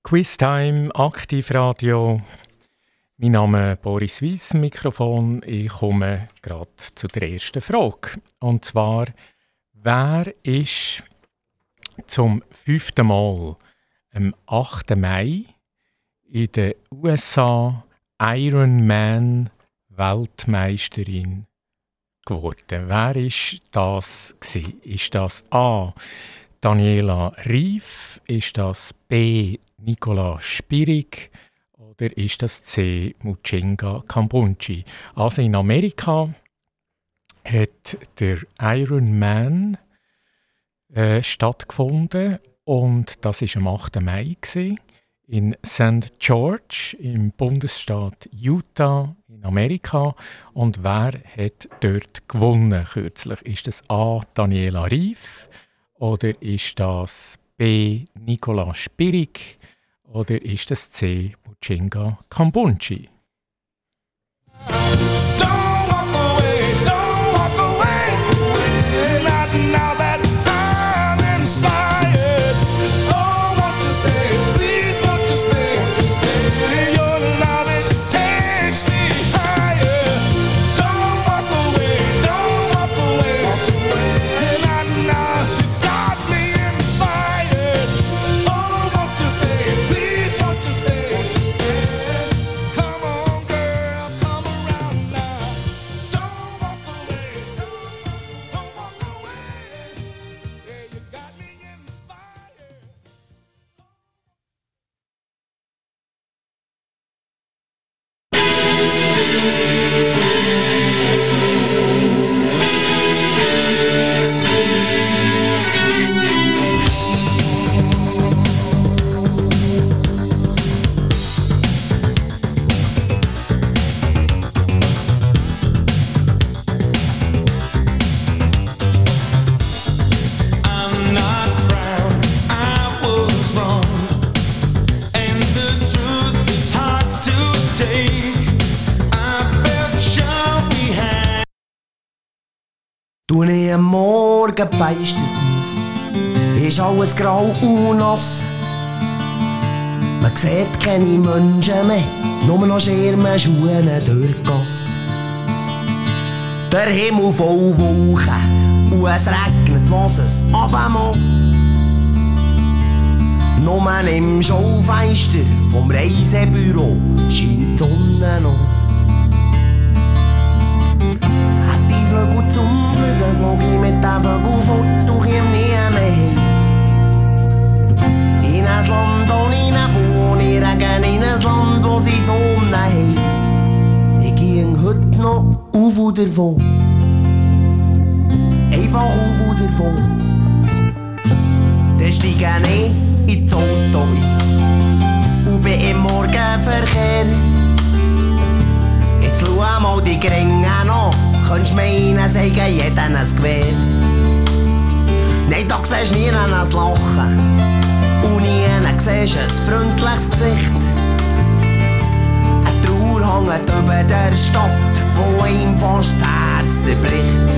Quiztime, Aktivradio. Mein Name ist Boris Weiss, Mikrofon. Ich komme gerade zu der ersten Frage. Und zwar, wer ist zum 5. Mal am 8. Mai in den USA Ironman Weltmeisterin geworden? Wer ist das gewesen? Ist das A. Daniela Ryf? Ist das B. Nicola Spirig? Oder ist das C. Muchenga Kambundji? Also in Amerika hat der Ironman stattgefunden und das war am 8. Mai in St. George im Bundesstaat Utah in Amerika. Und wer hat dort gewonnen kürzlich? Ist das A. Daniela Ryf? Oder ist das B. Nicola Spirig? Oder ist das C. Muchenga Kambundji? Tue ich am Morgen Fenster auf, ist alles grau und nass. Man sieht keine Menschen mehr, nur noch Schirme, Schuhe durch die Gasse. Der Himmel voll Wolken und es regnet, was es runtermacht. Nur im Schaufenster vom Reisebüro scheint die Sonne noch. Flügel zum Flügel, flog ich mit den Vögeln fort und komm nie mehr heim. In ein Land ohne Nebel, ohne Regen, in ein Land, wo sie Sonne haben. Ich ging heute noch auf und davon, einfach auf und davon. Dann steige ich ins Auto ein und bin im Morgenverkehr. Jetzt schau mal die Gringe noch. Könntest meinen, sagen jeden ein Gewehr. Nein, da siehst du nie ein Lachen und nie siehst ein freundliches Gesicht. Eine Trauer hängt über der Stadt, wo ihm fast das Herz zerbricht.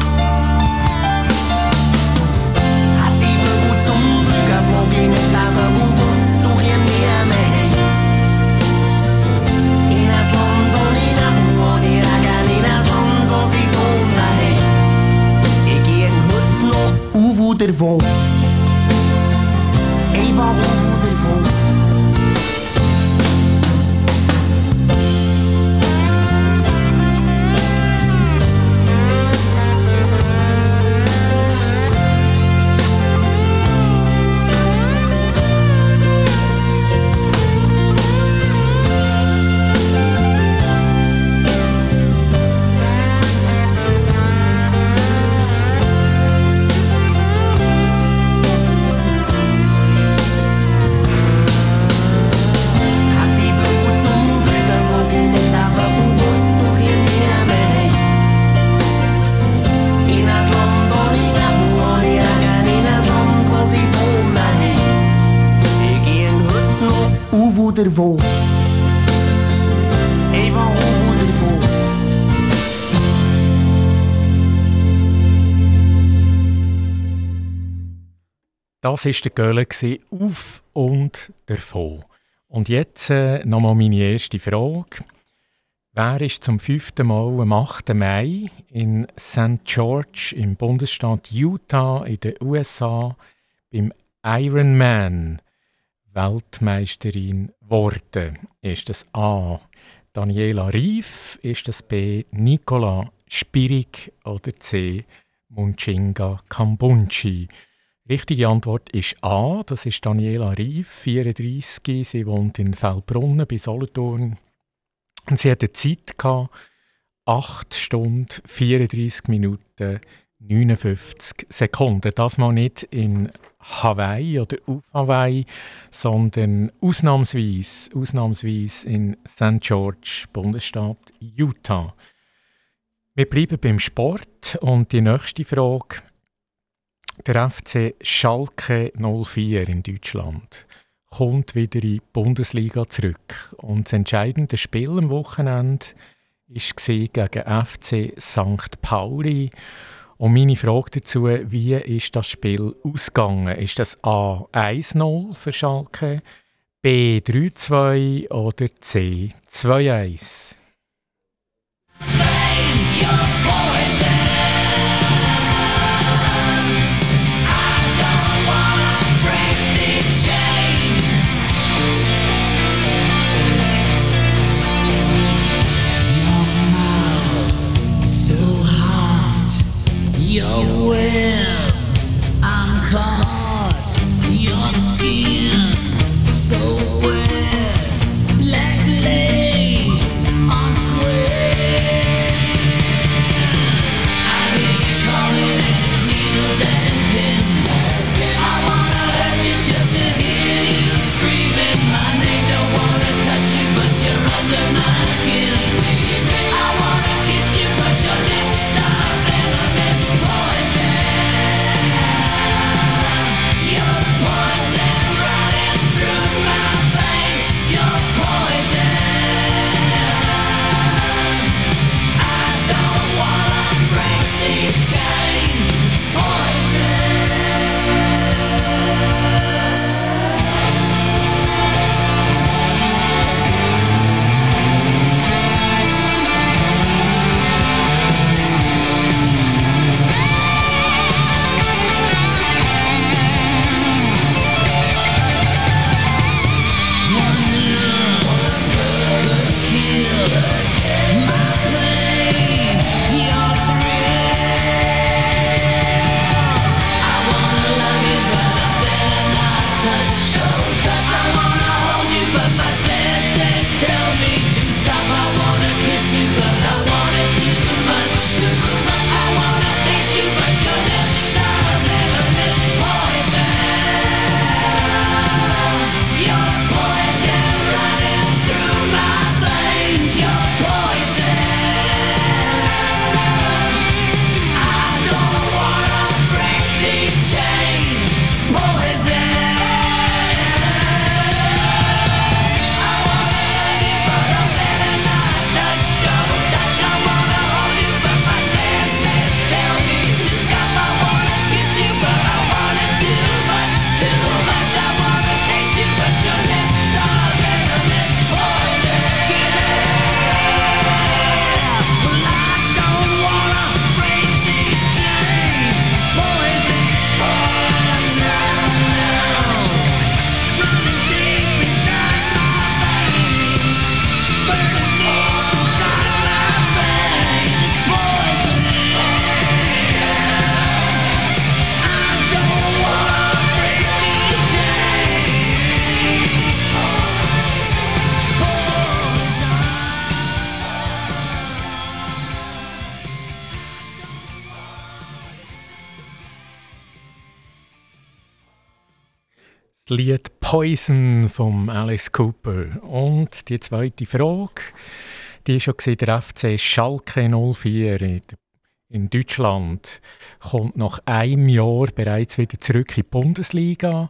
Hat die Vögel zum Fliegen, flog ich mit den Vögeln fort, du komm nie mehr heim. In ein Land ohne Nebel, ohne Regen, in ein Land, wo sie Sonne haben. Ich ging heute noch auf und davon, einfach auf und davon. Davon. Einfach auf und davon. Das war der Göhle auf und davon. Und jetzt nochmal meine erste Frage. Wer ist zum 5. Mal am 8. Mai in St. George im Bundesstaat Utah in den USA beim Ironman Weltmeisterin geworden? Ist das A. Daniela Rief, ist das B. Nicola Spirig oder C. Munchinga Kambunchi? Richtige Antwort ist A, das ist Daniela Rief, 34, sie wohnt in Feldbrunnen bei Solothurn. Und sie hatte Zeit gehabt, 8 Stunden, 34 Minuten, 59 Sekunden. Das mal nicht in Hawaii oder auf Hawaii, sondern ausnahmsweise in St. George, Bundesstaat Utah. Wir bleiben beim Sport und die nächste Frage. Der FC Schalke 04 in Deutschland kommt wieder in die Bundesliga zurück. Und das entscheidende Spiel am Wochenende war gegen FC St. Pauli. Und meine Frage dazu, wie ist das Spiel ausgegangen? Ist das A 1-0 für Schalke, B 3-2 oder C 2-1? Your web, I'm caught. Your skin, so wet. Black lace on sweat. I hear you calling it needles and pins. I wanna hurt you just to hear you screaming my name. Don't wanna touch you, but you're under my skin. I wanna kiss you, but your lips are venomous. Das Lied «Poison» von Alice Cooper. Und die zweite Frage, die war schon der FC Schalke 04 in Deutschland kommt nach einem Jahr bereits wieder zurück in die Bundesliga.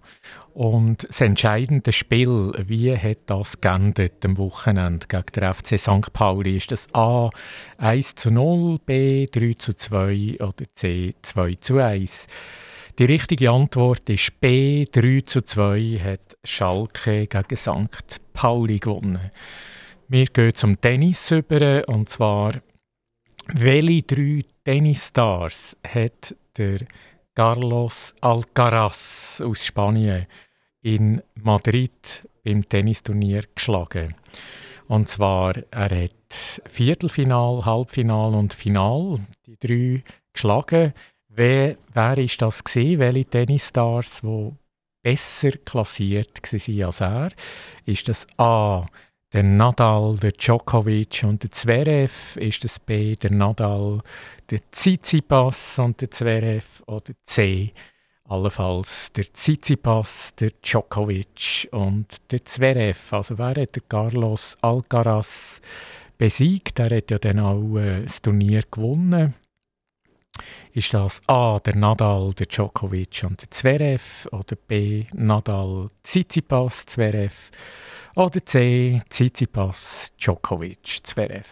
Und das entscheidende Spiel, wie hat das geendet am Wochenende gegen den FC St. Pauli? Ist das A 1-0, B 3-2 oder C 2-1? Die richtige Antwort ist B. 3:2 hat Schalke gegen St. Pauli gewonnen. Wir gehen zum Tennis über, und zwar, welche 3 Tennisstars hat der Carlos Alcaraz aus Spanien in Madrid beim Tennisturnier geschlagen? Und zwar, er hat Viertelfinal, Halbfinal und Final, die 3 geschlagen. Wer ist das gewesen? Welche Tennisstars, die besser klassiert waren als er? Ist das A, der Nadal, der Djokovic und der Zverev? Ist das B, der Nadal, der Tsitsipas und der Zverev? Oder C, allenfalls der Tsitsipas, der Djokovic und der Zverev? Also wer hat der Carlos Alcaraz besiegt? Er hat ja dann auch das Turnier gewonnen. Ist das A, der Nadal, der Djokovic und der Zverev? Oder B, Nadal, Tsitsipas, Zverev? Oder C, Tsitsipas, Djokovic, Zverev?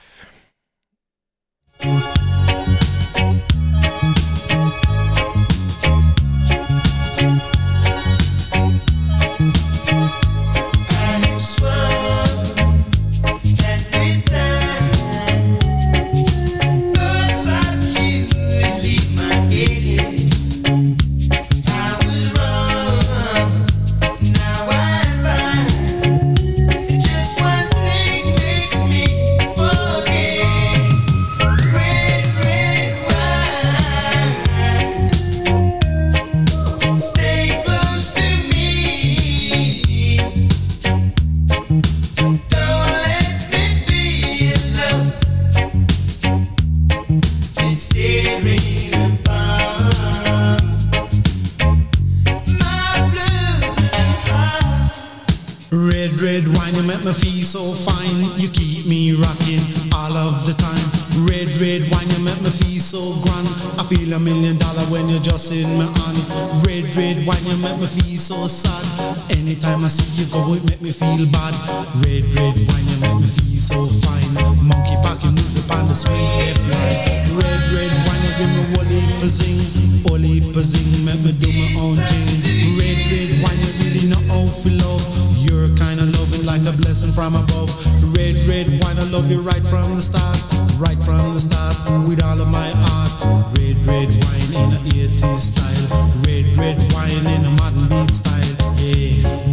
Red wine, you make me feel so fine. You keep me rocking all of the time. Red wine, you make me feel so grand. I feel $1 million when you're just in my hand. Red wine, you make me feel so sad. Anytime I see you go, it make me feel bad. Red wine, you make me feel so fine. Monkey back your music on the sweet head line. Red wine, you give me whole heap of zing, make me do my own thing. Red wine, you really know how to love. You're kind of loving like a blessing from above. Red wine, I love you right from the start, with all of my heart. Red wine in a 80s style. Red wine in a modern beat style. Yeah.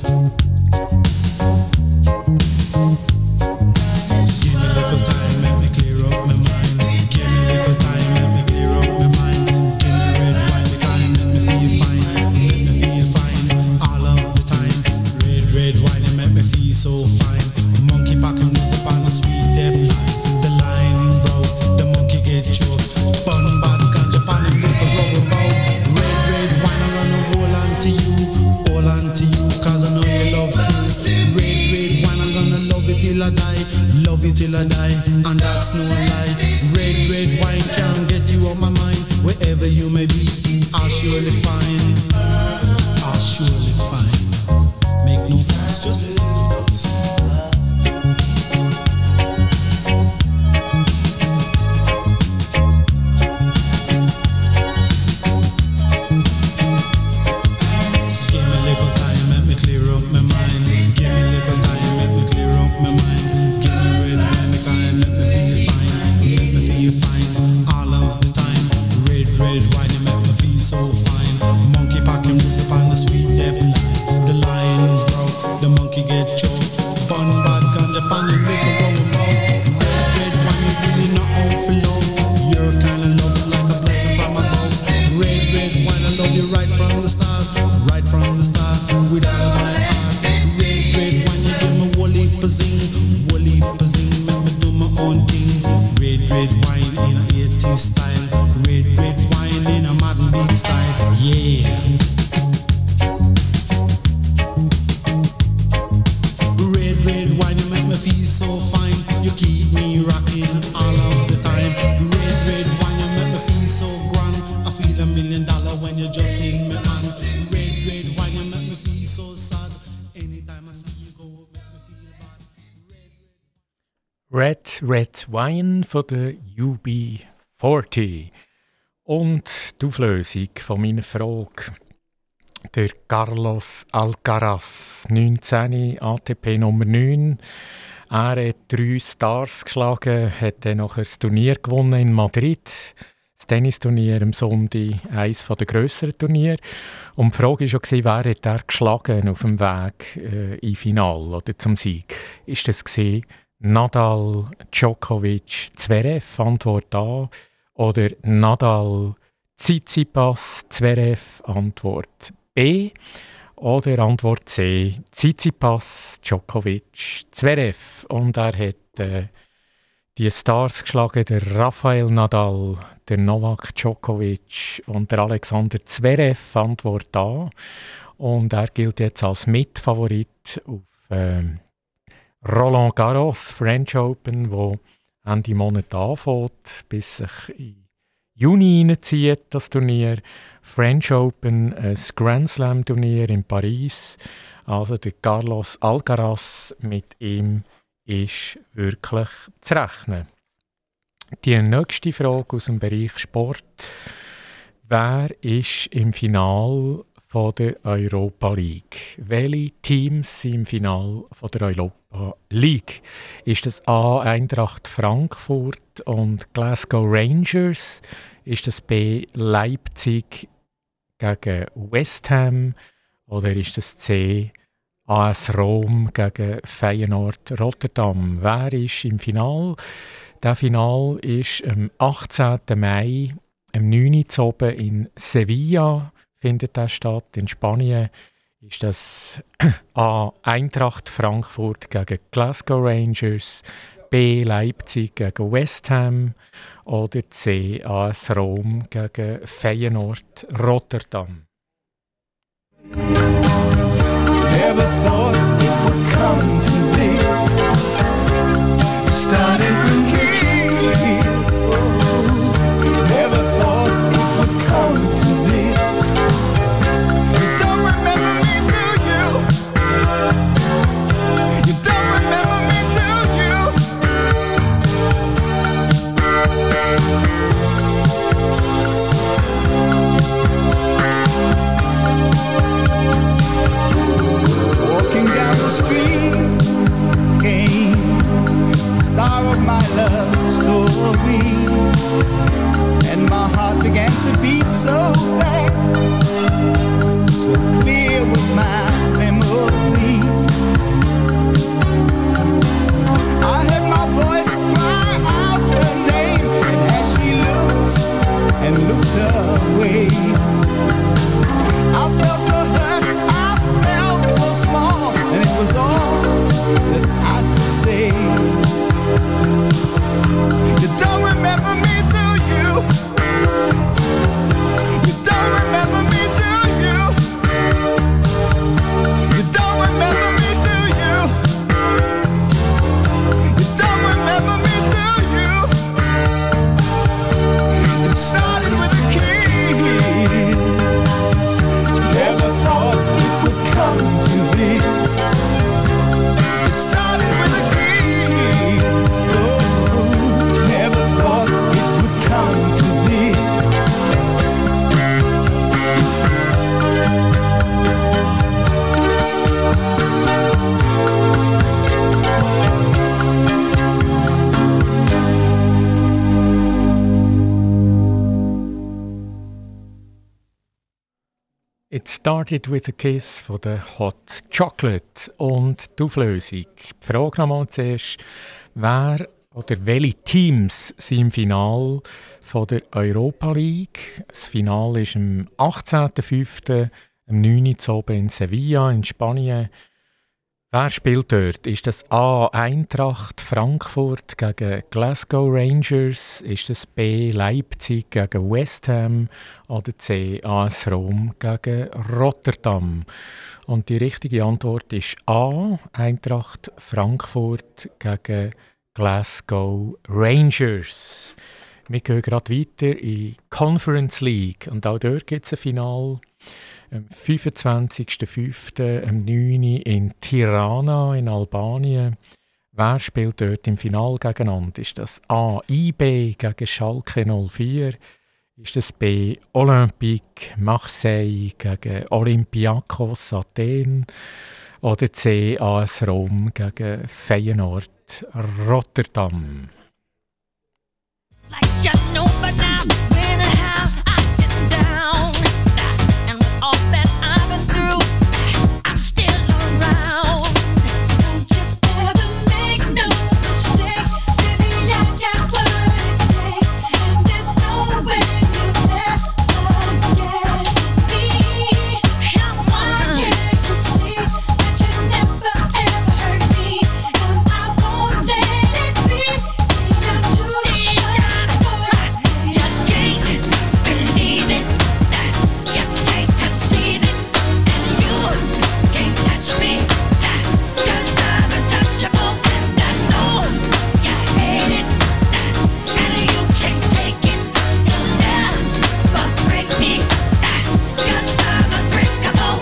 Give me a little time, let me clear up my mind. Give me a little time, let me clear up my mind. Give me red wine, because let me feel fine, all of the time. Red wine, it make me feel so fine. Monkey packing music on a sweet depth line. The line broke, the monkey get choked. Bun bad ganja pan and make a rubber bow. Red wine, I'm gonna hold on to you, cause I know you love truth. Red wine, I'm gonna love it till I die, and that's no lie. Red wine can't get you on my mind. Wherever you may be, I'll surely find. Make no fuss, just Red Wine von der UB40. Und die Auflösung von meiner Frage. Der Carlos Alcaraz, 19, ATP Nummer 9. Er hat 3 Stars geschlagen, hat dann nachher das Turnier gewonnen in Madrid. Das Tennisturnier am Sonntag, eines der grösseren Turniere. Und die Frage war schon, wer hat er geschlagen auf dem Weg ins Finale oder zum Sieg? Ist das Nadal, Djokovic, Zverev? Antwort A. Oder Nadal, Tsitsipas, Zverev? Antwort B. Oder Antwort C. Tsitsipas, Djokovic, Zverev. Und er hat die Stars geschlagen, der Rafael Nadal, der Novak Djokovic und der Alexander Zverev. Antwort A. Und er gilt jetzt als Mitfavorit auf Roland Garros, French Open, wo Ende Monat anfängt, bis sich in Juni hineinzieht, das Turnier. French Open, ein Grand Slam Turnier in Paris. Also der Carlos Alcaraz, mit ihm ist wirklich zu rechnen. Die nächste Frage aus dem Bereich Sport. Wer ist im Finale von der Europa League? Welche Teams sind im Finale von der Europa League? Ist das A. Eintracht Frankfurt und Glasgow Rangers? Ist das B. Leipzig gegen West Ham? Oder ist das C. AS Rom gegen Feyenoord Rotterdam? Wer ist im Finale? Das Finale ist am 18. Mai, am 9. Uhr oben in Sevilla, findet das statt. In Spanien ist das A. Eintracht Frankfurt gegen Glasgow Rangers, B. Leipzig gegen West Ham oder C. AS Rom gegen Feyenoord Rotterdam. Never thought it would come to this. Started with kids. Never thought it would come to this. You don't remember me, do you? You don't remember me, do you? Walking down the streets, came the star of my love story, and my heart began to beat so fast, so clear was my memory. I heard my voice cry out her name, and as she looked and looked away, I felt so hurt, I felt so small, and it was all that I could say. You don't remember me, do you? You don't remember me, do you? You don't remember me, do you? You don't remember me, do you? It started with a kiss. Never thought it would come to this. It started with a kiss. Oh, never thought it would come to this. It started with a kiss von der Hot Chocolate. Und die Auflösung. Die Frage nochmal zuerst, wer oder welche Teams sind im Finale von der Europa League? Das Finale ist am 18.05. am 9. Uhr oben in Sevilla in Spanien. Wer spielt dort? Ist das A. Eintracht Frankfurt gegen Glasgow Rangers? Ist das B. Leipzig gegen West Ham? Oder C. AS Rom gegen Rotterdam? Und die richtige Antwort ist A. Eintracht Frankfurt gegen Glasgow Rangers. Wir gehen gerade weiter in die Conference League. Und auch dort gibt es ein Finale. Am 25.05. am 9. Uhr in Tirana in Albanien. Wer spielt dort im Finale gegeneinander? Ist das A. IB gegen Schalke 04? Ist das B. Olympique Marseille gegen Olympiakos Athen oder C. AS Rom gegen Feyenoord Rotterdam? Like you know by now, when and how I get down, and with all that I've been through, I'm still around. Don't you ever make no mistake, baby, I got what it takes, and there's no way you'll ever get me. Come on, can't you see that you never ever hurt me? 'Cause I won't let it be. See, I'm too much for you. You can't believe it, you can't conceive it, and you can't touch me, 'cause I'm untouchable, and I know you hate it, and you can't take it. You'll never break me, 'cause I'm unbreakable.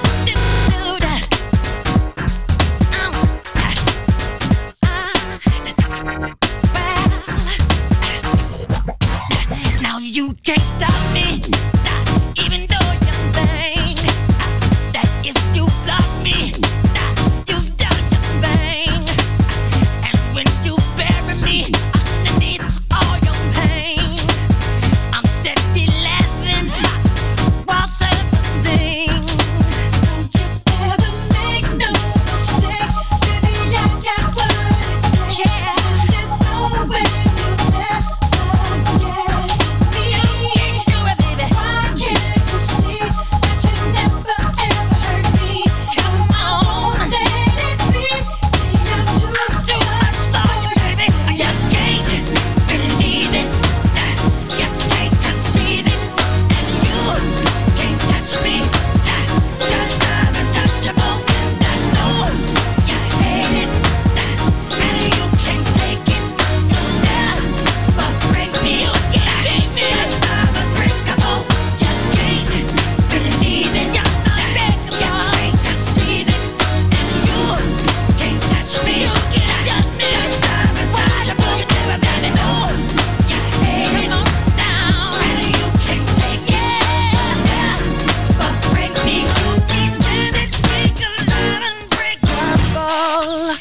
Now you can't stop me, even though you think that if you block me, you've done your thing. And when you bury me underneath all your pain, I'm steady laughing while surfacing. Don't you ever make no mistake, baby, I got what it takes. Yeah, there's no way you'll ever get me. You can't do it, baby. Why can't you see that you never ever hurt me? Come on, let it be. See, I'm too much for you, baby. You can't believe it, you can't conceive it, and you can't touch me, 'cause I'm untouchable, and I know you hate it, and you can't take it. You'll never break me. You can't beat me. 'Cause I'm unbreakable. You can't believe it, you can't conceive it, and you can't touch me. You can't touch me. 'Cause I'm untouchable, you never baby. No, you hate it now, and you can't take it. You'll never break me. You can't stand it, make a love unbreakable.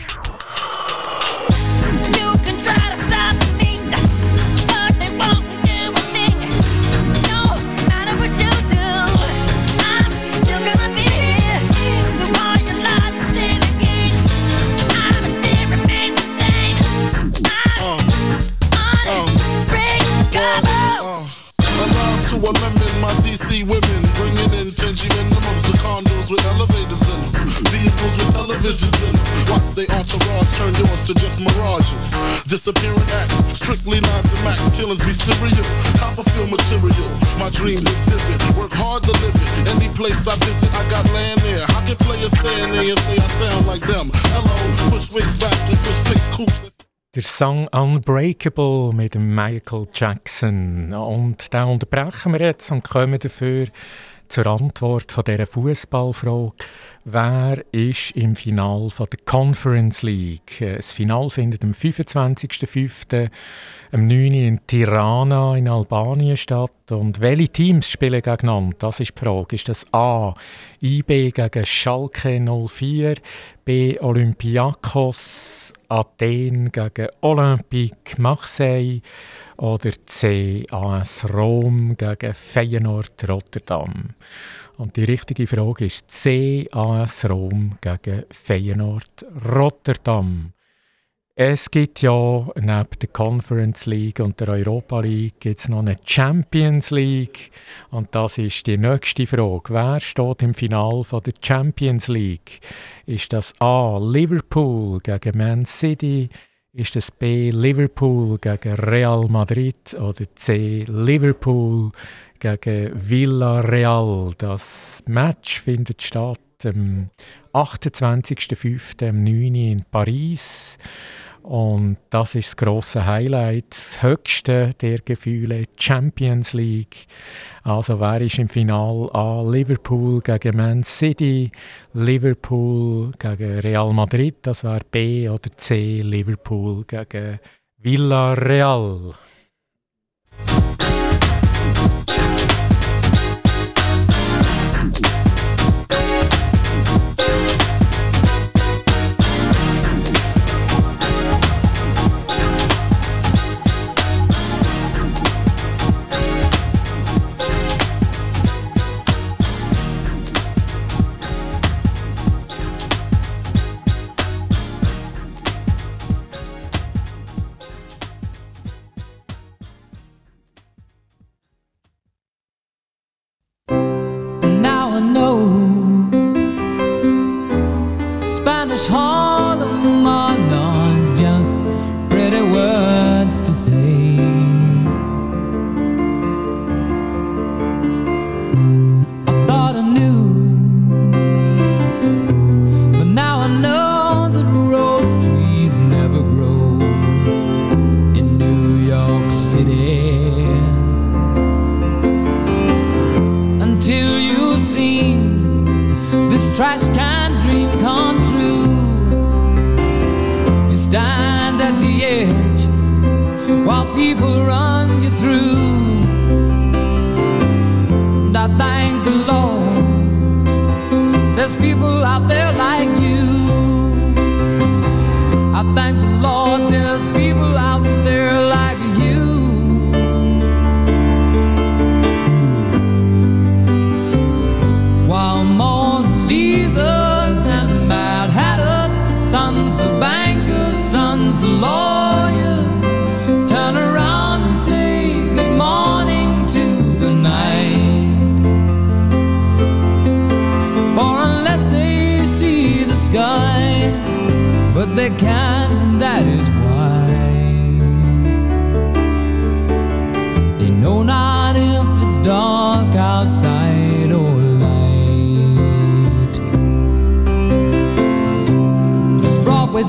You can try to stop me, but they won't do a thing. No matter what you do, I'm still gonna be here. Through all your lies and sin against, I'm still remain the same. I'm unbreakable. Alarm to a lemon, my DC women bringing in 10 G minimums to condos with elevators in them, vehicles with televisions in them. Watch they entourage turn yours to just mirages. Disappearing acts, strictly lines and max killings be serial. Copperfield material, my dreams is vivid. Work hard to live it. Any place I visit, I got land there. How can players stand there and say I sound like them? Hello, push wigs back and push 6 coops. Der Song Unbreakable mit dem Michael Jackson. Und den unterbrechen wir jetzt und kommen dafür zur Antwort von dieser Fußballfrage. Wer ist im Finale von der Conference League? Das Finale findet am 25.05. am 9. in Tirana in Albanien statt. Und welche Teams spielen gegeneinander? Das ist die Frage. Ist das A. IB gegen Schalke 04, B. Olympiakos Athen gegen Olympique Marseille oder C. AS Rom gegen Feyenoord Rotterdam? Und die richtige Frage ist C. AS Rom gegen Feyenoord Rotterdam. Es gibt ja neben der Conference League und der Europa League gibt's noch eine Champions League. Und das ist die nächste Frage. Wer steht im Finale von der Champions League? Ist das A. Liverpool gegen Man City? Ist das B. Liverpool gegen Real Madrid? Oder C. Liverpool gegen Villarreal? Das Match findet statt am 28.05. am 9. in Paris. Und das ist das grosse Highlight, das höchste der Gefühle, Champions League. Also wer ist im Finale? A. Liverpool gegen Man City, Liverpool gegen Real Madrid, das wäre B. Oder C. Liverpool gegen Villarreal. stand at the edge while people run you through. And I thank the Lord there's people out there like you. I thank the Lord there's people out there like you. While Mona Lisas and Mad Hatters, sons of bankers, sons of lawyers, turn around and say good morning to the night. For unless they see the sky, but they can't, and that is why they know not if it's dark outside or light. This Broadway's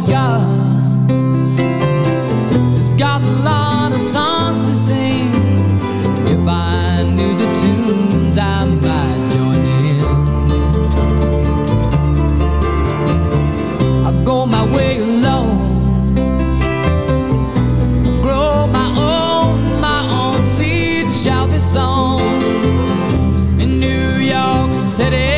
got a lot of songs to sing. If I knew the tunes, I might join in. I go my way alone, grow my own seed shall be sown in New York City.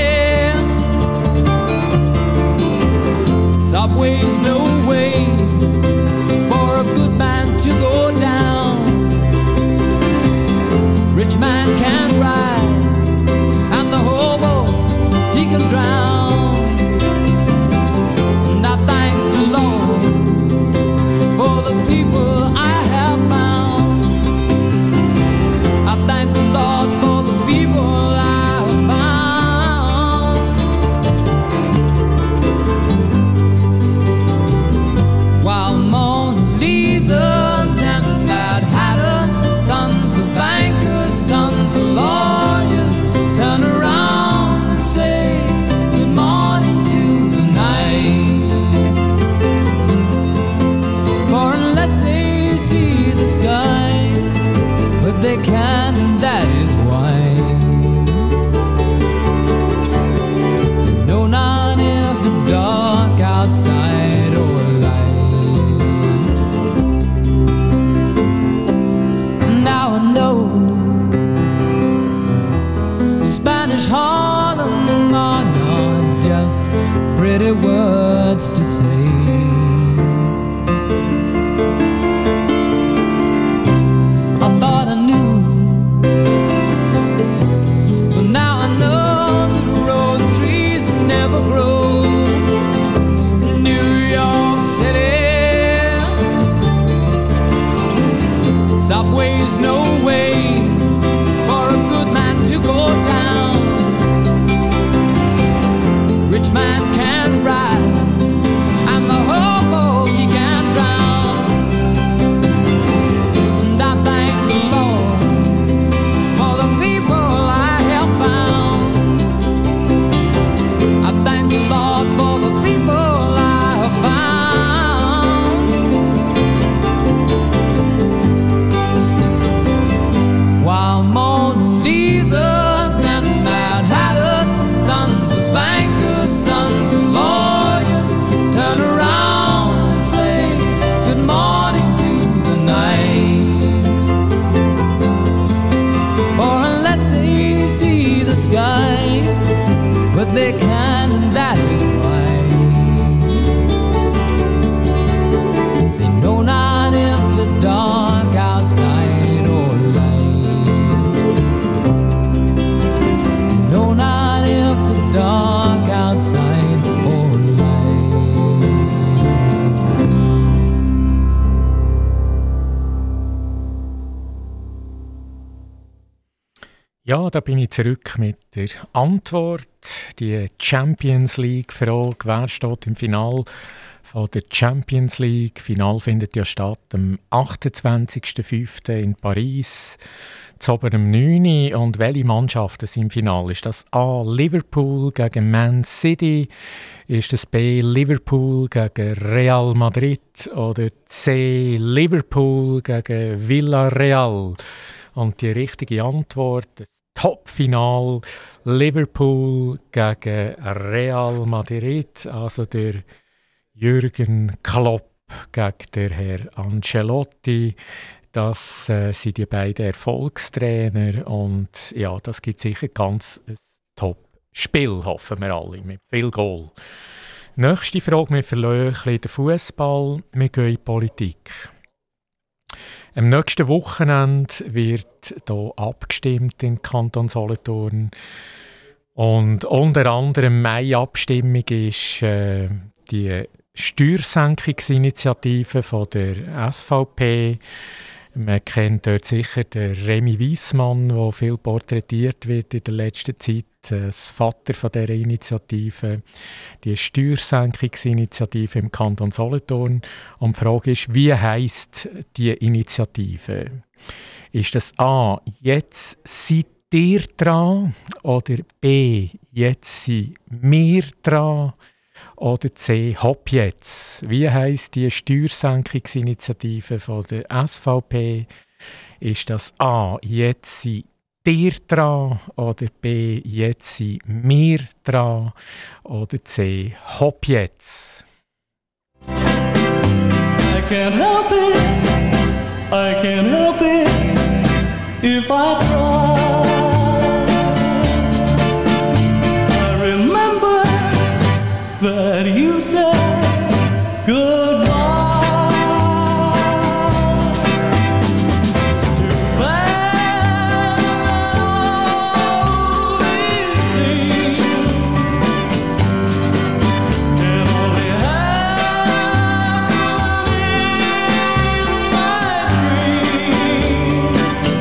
Subway's no way for a good man to go down. Rich man can't ride, and the hobo, he can drown. And I thank the Lord for the people I have found. I thank the Lord for the people I have found. While Mona Lisas and Mad Hatters, sons of bankers, sons of lawyers, turn around and say good morning to the night. For unless they see the sky, but they can, and that is why they know not if it's dark outside or light. Now I know Spanish Harlem are not just pretty words to say. I thought I knew, but now I know that rose trees never grow in New York City. Subway's no way for a good man to go down. Rich man can ride, and the hobo, he can drown. And I thank the Lord for the people I have found. I thank the Lord for the people I have found. While Mona Lisas and Mad Hatters, sons of bankers, sons of lawyers, turn around and say good morning to the night. For unless they see the sky, but they can, and that is why they know not if it's dark outside or light. They know not if it's dark outside or light. Ja, da bin ich zurück mit der Antwort. Die Champions League-Frage, wer steht im Finale von der Champions League? Final findet ja statt am 28.05. in Paris, zu oberem 9. Und welche Mannschaften sind im Finale? Ist das A. Liverpool gegen Man City? Ist das B. Liverpool gegen Real Madrid? Oder C. Liverpool gegen Villarreal? Und die richtige Antwort, das Topfinal Liverpool gegen Real Madrid, also der Jürgen Klopp gegen den Herrn Ancelotti. Das sind die beiden Erfolgstrainer und ja, das gibt sicher ganz ein Top-Spiel, hoffen wir alle, mit viel Goal. Nächste Frage, wir verlieren ein bisschen den Fußball, wir gehen in die Politik. Am nächsten Wochenende wird hier abgestimmt im Kanton Solothurn. Und unter anderem meine Abstimmung ist die Steuersenkungsinitiative von der SVP. Man kennt dort sicher den Remy Wiesmann, der viel porträtiert wird in der letzten Zeit, das Vater von dieser Initiative, die Steuersenkungsinitiative im Kanton Solothurn. Und die Frage ist, wie heisst die Initiative? Ist das A, jetzt seid ihr dran? Oder B, jetzt sind wir dran? Oder C, hopp jetzt. Wie heisst die Steuersenkungsinitiative von der SVP? Ist das A, jetzt sind ihr dran? Oder B, jetzt sind wir dran? Oder C, hopp jetzt. I can't help it if I try. I remember that you said goodbye. Too bad all these things can only happen in my dreams.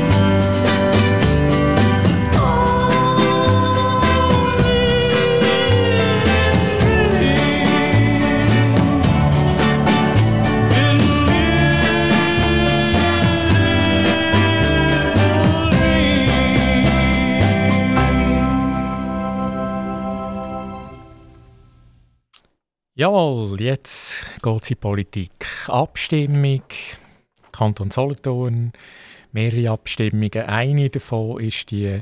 Jawohl, jetzt geht es in die Politik. Abstimmung, Kanton Solothurn, mehrere Abstimmungen. Eine davon ist die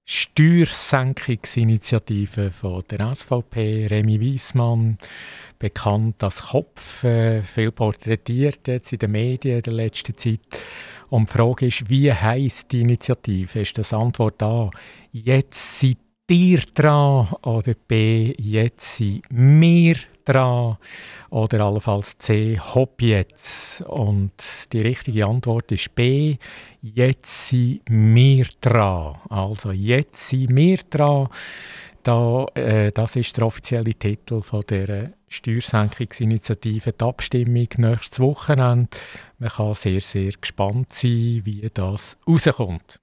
Steuersenkungsinitiative von der SVP, Remy Wiesmann, bekannt als Kopf, viel porträtiert jetzt in den Medien in der letzten Zeit. Und die Frage ist, wie heisst die Initiative? Ist das Antwort A, jetzt seid ihr dran? Oder B, jetzt sind wir dran? Oder allenfalls C, hopp jetzt. Und die richtige Antwort ist B, jetzt sind wir dran. Also jetzt sind wir dran. Das ist der offizielle Titel von der Steuersenkungsinitiative. Die Abstimmung nächstes Wochenende. Man kann sehr, sehr gespannt sein, wie das rauskommt.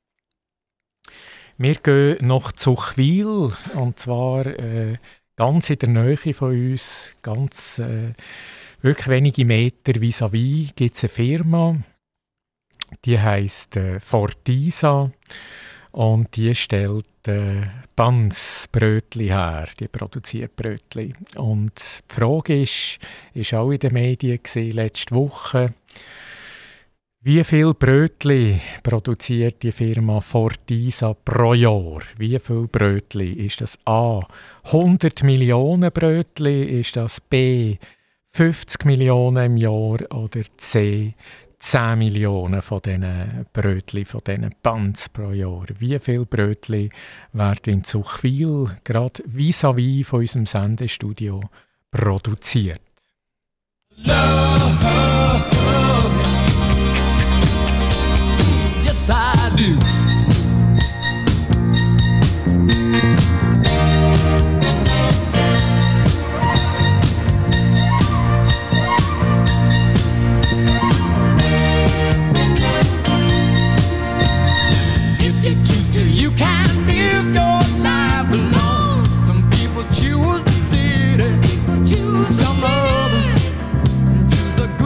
Wir gehen nach Zuchwil, und zwar ganz in der Nähe von uns, ganz wirklich wenige Meter vis-à-vis, gibt es eine Firma, die heisst Fortisa und die stellt Buns-Brötchen her, die produziert Brötchen. Und die Frage ist auch in den Medien letzte Woche, wie viel Brötchen produziert die Firma Fortisa pro Jahr? Wie viel Brötchen? Ist das A, 100 Millionen Brötchen? Ist das B, 50 Millionen im Jahr? Oder C, 10 Millionen von diesen Brötchen, von diesen Buns pro Jahr? Wie viel Brötchen werden in Zuchwil, gerade vis-à-vis von unserem Sendestudio, produziert? Yes, I do. If you choose to, you can live your life alone. Some people choose the city, some others choose the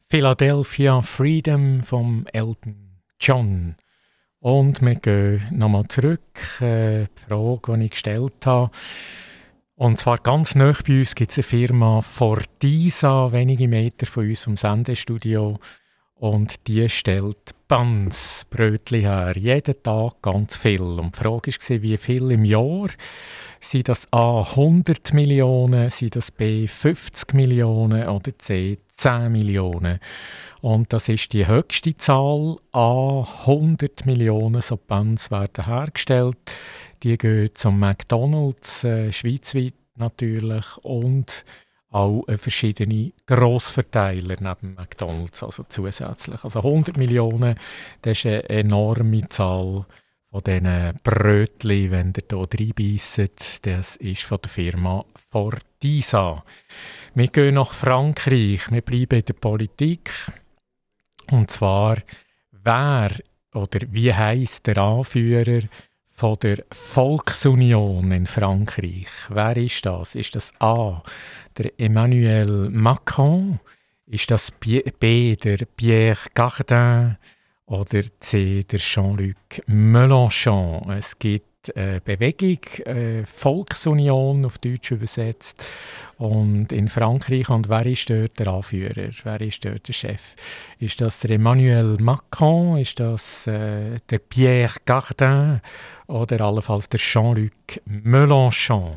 Philadelphia Freedom vom Elton John. Und wir gehen nochmal zurück, die Frage, die ich gestellt habe. Und zwar ganz nahe bei uns gibt es eine Firma Fortisa, wenige Meter von uns vom Sendestudio. Und die stellt Buns, Brötchen her, jeden Tag ganz viel. Und die Frage war, wie viel im Jahr? Sind das A 100 Millionen, sind das B 50 Millionen oder C 10 Millionen? Und das ist die höchste Zahl. A 100 Millionen so Buns werden hergestellt. Die gehen zum McDonald's, schweizweit natürlich, und auch verschiedene Grossverteiler neben McDonald's, also zusätzlich. Also 100 Millionen, das ist eine enorme Zahl von diesen Brötchen, wenn ihr hier reinbeisst. Das ist von der Firma Fortisa. Wir gehen nach Frankreich, wir bleiben in der Politik. Und zwar, wer oder wie heisst der Anführer von der Volksunion in Frankreich? Wer ist das? Ist das A, der Emmanuel Macron? Ist das B, der Pierre Cardin? Oder C, der Jean-Luc Mélenchon? Es gibt eine Bewegung, Volksunion auf Deutsch übersetzt, und in Frankreich. Und wer ist dort der Anführer? Wer ist dort der Chef? Ist das der Emmanuel Macron? Ist das der Pierre Cardin? Oder allenfalls der Jean-Luc Mélenchon?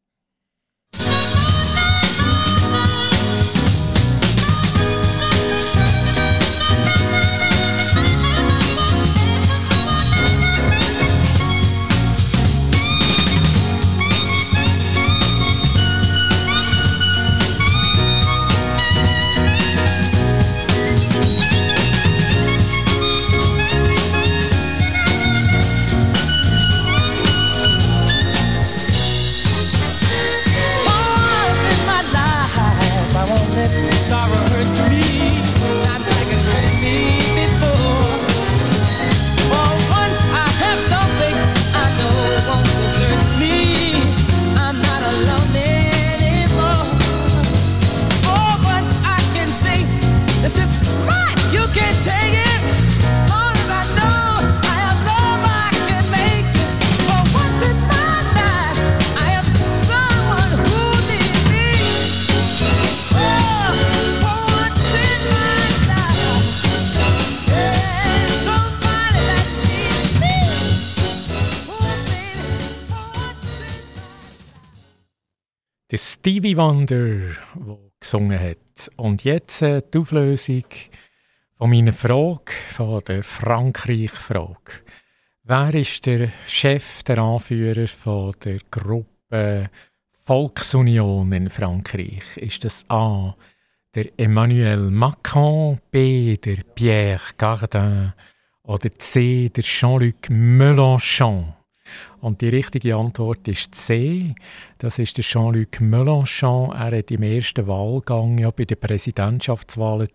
Der Stevie Wonder, der gesungen hat. Und jetzt die Auflösung von meiner Frage, von der Frankreich-Frage. Wer ist der Chef, der Anführer von der Gruppe Volksunion in Frankreich? Ist das A, der Emmanuel Macron, B, der Pierre Cardin oder C, der Jean-Luc Mélenchon? Und die richtige Antwort ist C. Das ist der Jean-Luc Mélenchon. Er hat im ersten Wahlgang bei den Präsidentschaftswahlen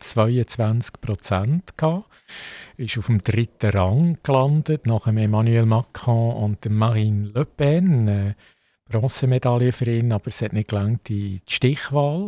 22% gehabt. Ist auf dem 3. Rang gelandet, nach dem Emmanuel Macron und dem Marine Le Pen. Eine Bronzemedaille für ihn, aber es hat nicht gelangt in die Stichwahl.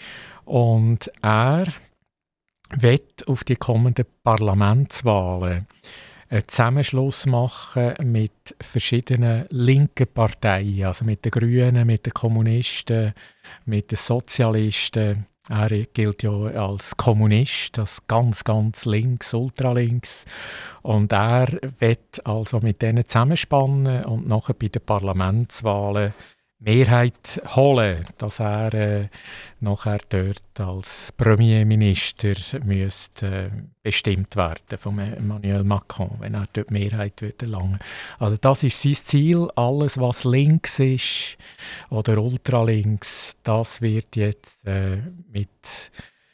Und er wird auf die kommenden Parlamentswahlen einen Zusammenschluss machen mit verschiedenen linken Parteien, also mit den Grünen, mit den Kommunisten, mit den Sozialisten. Er gilt ja als Kommunist, das ganz, ganz links, ultralinks. Und er wird also mit denen zusammenspannen und nachher bei den Parlamentswahlen Mehrheit holen, dass er nachher dort als Premierminister müsste bestimmt werden von Emmanuel Macron, wenn er dort Mehrheit wird erlangen. Also das ist sein Ziel. Alles, was links ist oder ultralinks, das wird jetzt mit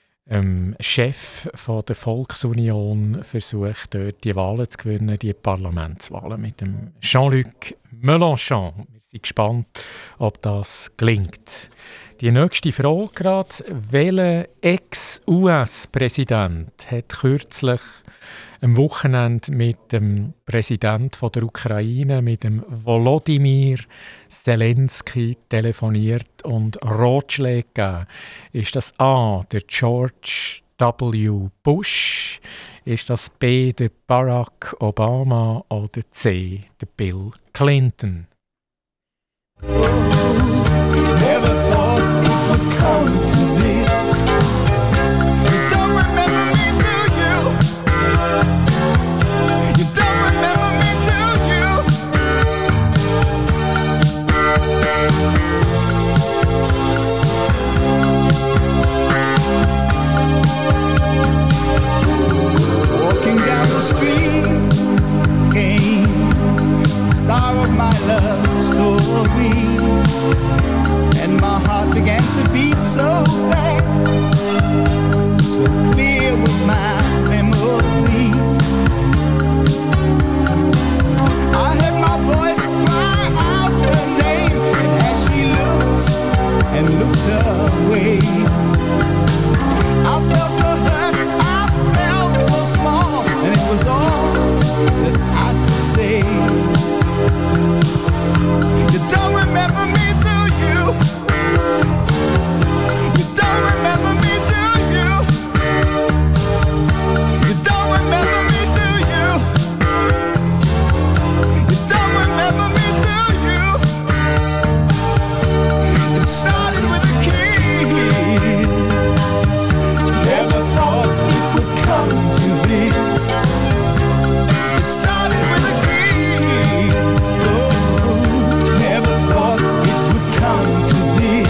Chef von der Volksunion versucht, dort die Wahlen zu gewinnen, die Parlamentswahlen mit dem Jean-Luc Mélenchon. Wir sind gespannt, ob das gelingt. Die nächste Frage gerade: Welcher Ex-US-Präsident hat kürzlich am Wochenende mit dem Präsidenten der Ukraine, mit dem Volodymyr Zelensky, telefoniert und Ratschläge gegeben? Ist das A, der George W. Bush? Ist das B. der Barack Obama oder C. der Bill Clinton? Never thought it would come to this. You don't remember me, do you? You don't remember me, do you? Walking down the streets came the star of my love story, and my heart began to beat so fast. So clear was my memory. I heard my voice cry out her name, and as she looked and looked away, I felt so hurt, I felt so small, and it was all that I could say. You don't remember me, do you? You don't remember me, do you? You don't remember me, do you? You don't remember me, do you? It started with a kiss. Never thought it would come to this. It started with a kiss. Oh, never thought it would come to this.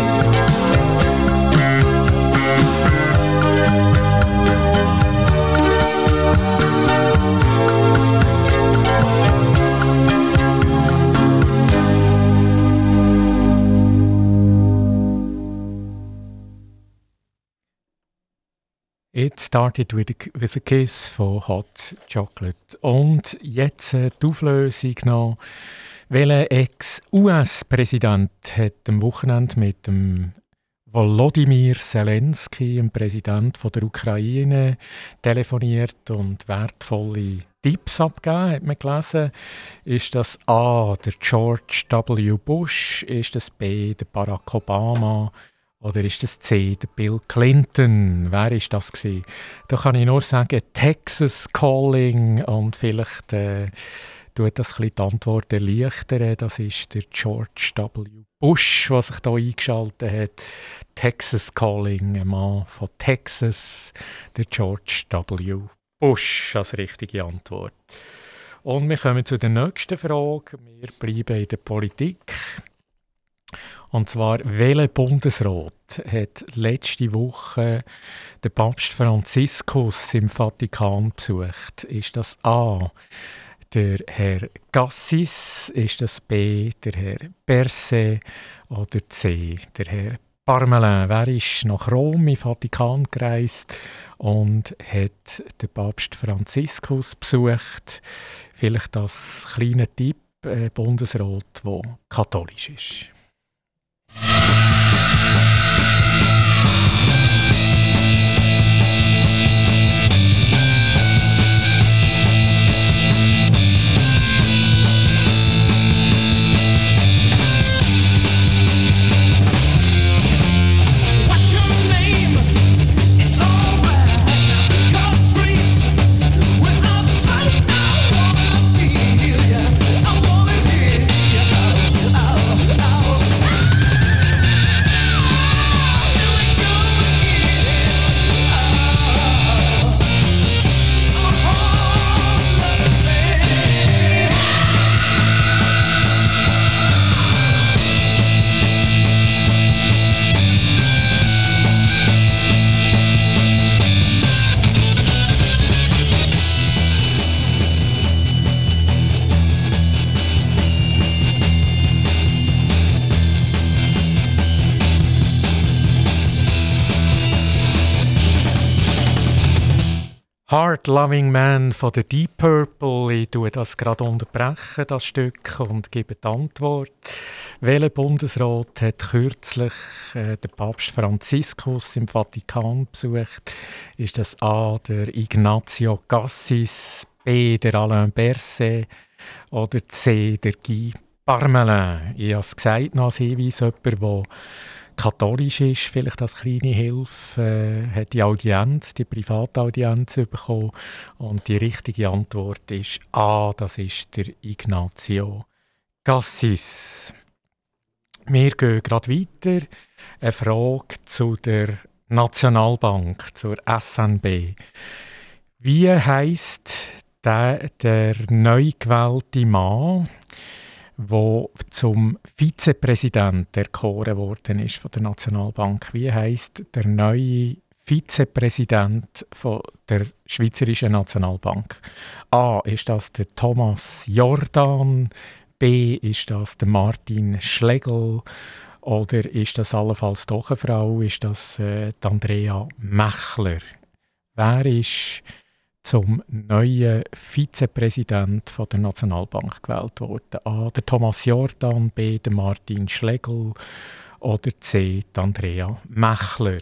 It started with a kiss von Hot Chocolate. Und jetzt die Auflösung noch. Welcher Ex-US-Präsident hat am Wochenende mit dem Volodymyr Zelensky, dem Präsident von der Ukraine, telefoniert und wertvolle Tipps abgegeben, hat man gelesen. Ist das A, der George W. Bush? Ist das B, der Barack Obama? Oder ist das C, der Bill Clinton? Wer war das gewesen? Da kann ich nur sagen, Texas Calling, und vielleicht tut das ein bisschen die Antwort erleichtern. Das ist der George W. Bush, was sich da eingeschaltet hat. Texas Calling, ein Mann von Texas, der George W. Bush als richtige Antwort. Und wir kommen zu der nächsten Frage. Wir bleiben in der Politik. Und zwar, welcher Bundesrat hat letzte Woche den Papst Franziskus im Vatikan besucht? Ist das A, der Herr Cassis, ist das B, der Herr Berset oder C, der Herr Parmelin? Wer ist nach Rom im Vatikan gereist und hat den Papst Franziskus besucht? Vielleicht das kleine Tipp, Bundesrat, der katholisch ist. Hard Loving Man von der Deep Purple. Ich tue das gerade unterbrechen, das Stück, und gebe die Antwort. Welcher Bundesrat hat kürzlich den Papst Franziskus im Vatikan besucht? Ist das A, der Ignazio Cassis, B, der Alain Berset oder C, der Guy Parmelin? Ich habe es gesagt, noch als Hinweis, jemand, der katholisch ist, vielleicht als kleine Hilfe, hat die Audienz, die Privataudienz bekommen. Und die richtige Antwort ist A, das ist der Ignazio Cassis. Wir gehen gerade weiter. Eine Frage zu der Nationalbank, zur SNB. Wie heisst der neu gewählte Mann, der zum Vizepräsident erkoren worden ist von der Nationalbank? Wie heisst der neue Vizepräsident von der Schweizerischen Nationalbank? A. Ist das der Thomas Jordan? B. Ist das der Martin Schlegel? Oder ist das allenfalls doch eine Frau? Ist das die Andrea Mechler? Wer ist zum neuen Vizepräsident von der Nationalbank gewählt worden? A. Der Thomas Jordan, B. der Martin Schlegel oder C. die Andrea Mechler?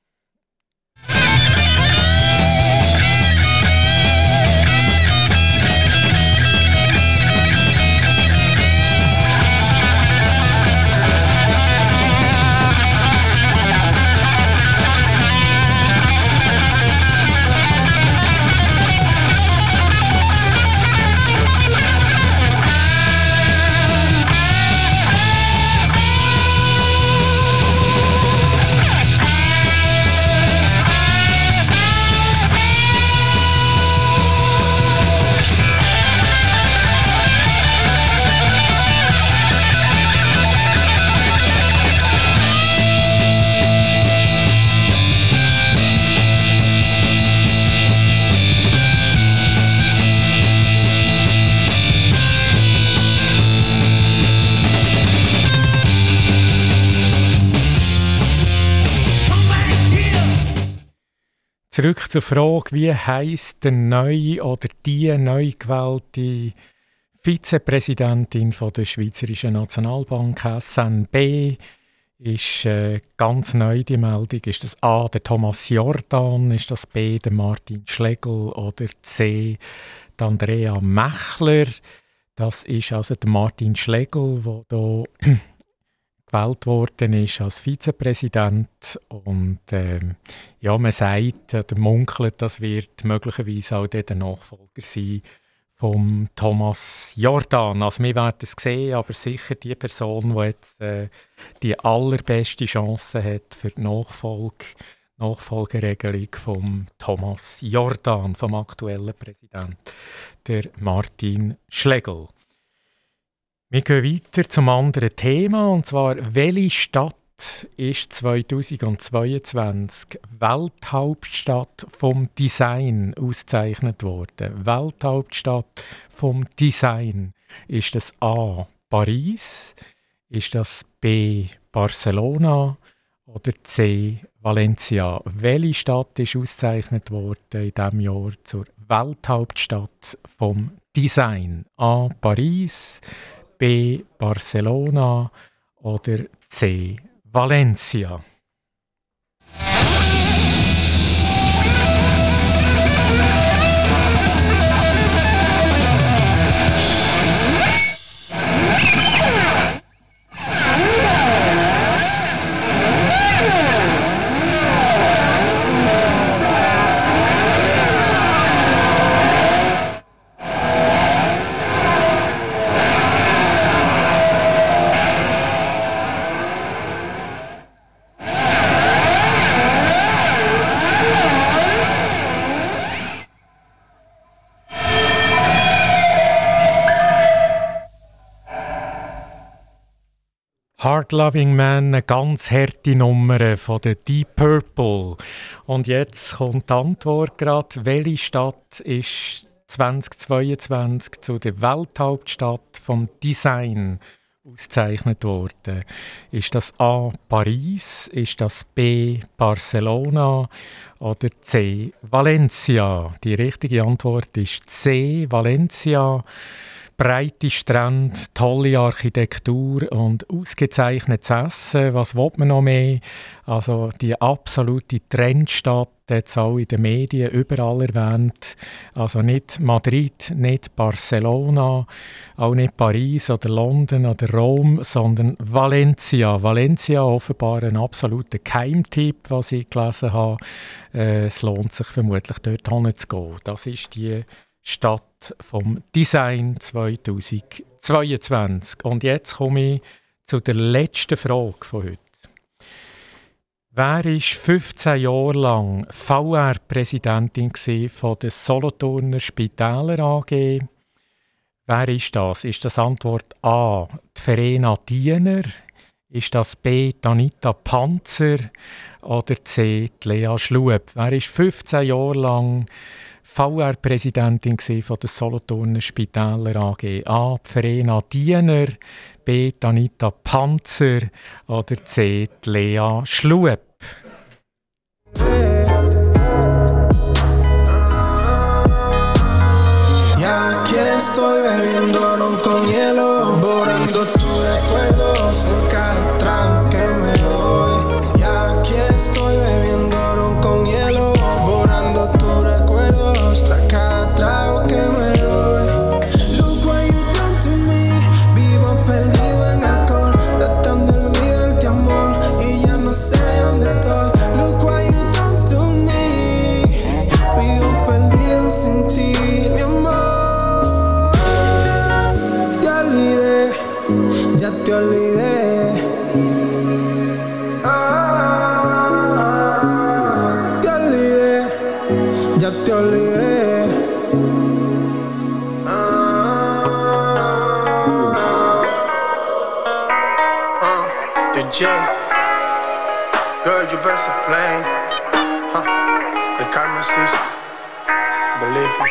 Zurück zur Frage, wie heisst der neue oder die neu gewählte Vizepräsidentin von der Schweizerischen Nationalbank SNB? Ist ganz neu die Meldung. Ist das A, der Thomas Jordan? Ist das B, der Martin Schlegel? Oder C, die Andrea Mechler? Das ist also der Martin Schlegel, der hier gewählt worden ist als Vizepräsident. Und ja, man sagt, der munkelt, das wird möglicherweise auch der Nachfolger sein vom Thomas Jordan. Also wir werden es sehen, aber sicher die Person, die jetzt die allerbeste Chance hat für die Nachfolgeregelung vom Thomas Jordan, vom aktuellen Präsidenten, der Martin Schlegel. Wir gehen weiter zum anderen Thema, und zwar, welche Stadt ist 2022 Welthauptstadt vom Design ausgezeichnet worden? Welthauptstadt vom Design. Ist das A, Paris? Ist das B, Barcelona? Oder C, Valencia? Welche Stadt ist ausgezeichnet worden in diesem Jahr zur Welthauptstadt vom Design? A, Paris, B, Barcelona oder C, Valencia? Hard Loving Man, eine ganz harte Nummer von der Deep Purple. Und jetzt kommt die Antwort gerade. Welche Stadt ist 2022 zu der Welthauptstadt vom Design ausgezeichnet worden? Ist das A, Paris? Ist das B, Barcelona? Oder C, Valencia? Die richtige Antwort ist C, Valencia. breite Strände, tolle Architektur und ausgezeichnetes Essen. Was will man noch mehr? Also die absolute Trendstadt, jetzt auch in den Medien überall erwähnt. Also nicht Madrid, nicht Barcelona, auch nicht Paris oder London oder Rom, sondern Valencia. Valencia offenbar ein absoluter Geheimtipp, was ich gelesen habe. Es lohnt sich vermutlich dort hinzugehen. Das ist die Stadt vom Design 2022. Und jetzt komme ich zu der letzten Frage von heute. Wer war 15 Jahre lang VR-Präsidentin von der Solothurner Spitäler AG? Wer ist das? Ist das Antwort A, die Verena Diener? Ist das B, Anita Panzer? Oder C, die Lea Schlueb? Wer ist 15 Jahre lang VR-Präsidentin von der Solothurner Spitäler AG? A, die Verena Diener, B, Anita Panzer oder C, die Lea Schlueb? Ya aquí estoy bebiendo ron con hielo, borrando tus recuerdos en cada trago que me doy. Ya aquí estoy bebiendo ron con hielo, borrando tus recuerdos tras cada trago que me doy. Look what you done to me, vivo perdido en alcohol, tratando de olvidarte amor y ya no sé dónde estoy. Look what you done to me, vivo perdido sin ti, mi amor. Ya te olvidé. Te olvidé, ya te olvidé. The J, girl, you better stop playing. The camera says, believe me.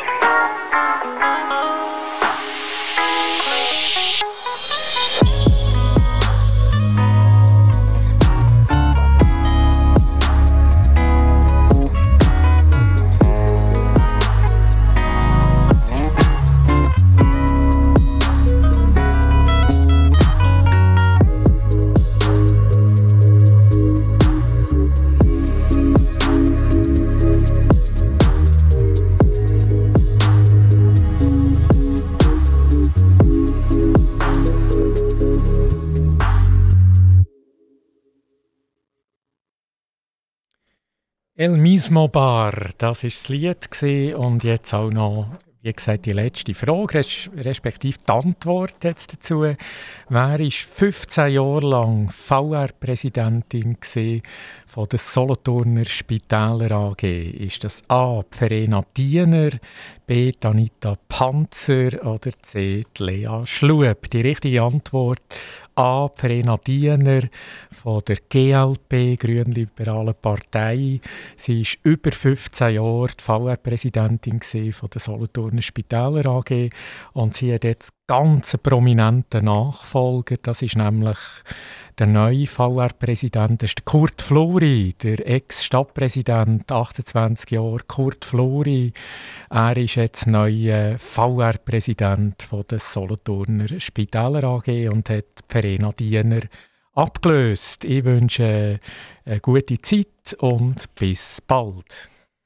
El mismo bar, das war das Lied und jetzt auch noch, wie gesagt, die letzte Frage, respektive die Antwort jetzt dazu. Wer war 15 Jahre lang VR-Präsidentin von der Solothurner Spitäler AG? Ist das A, die Verena Diener, B, Anita Panzer oder C, die Lea Schlueb? Die richtige Antwort A, die Verena Diener von der GLP, Grünliberalen Partei. Sie war über 15 Jahre die VR-Präsidentin von der Solothurner Spitäler AG und sie hat jetzt ganz prominenten Nachfolger. Das ist nämlich der neue VR-Präsident, das ist der Kurt Fluri, der Ex-Stadtpräsident, 28 Jahre, Kurt Fluri. Er ist jetzt neuer VR-Präsident der Solothurner Spitäler AG und hat Verena Diener abgelöst. Ich wünsche eine gute Zeit und bis bald.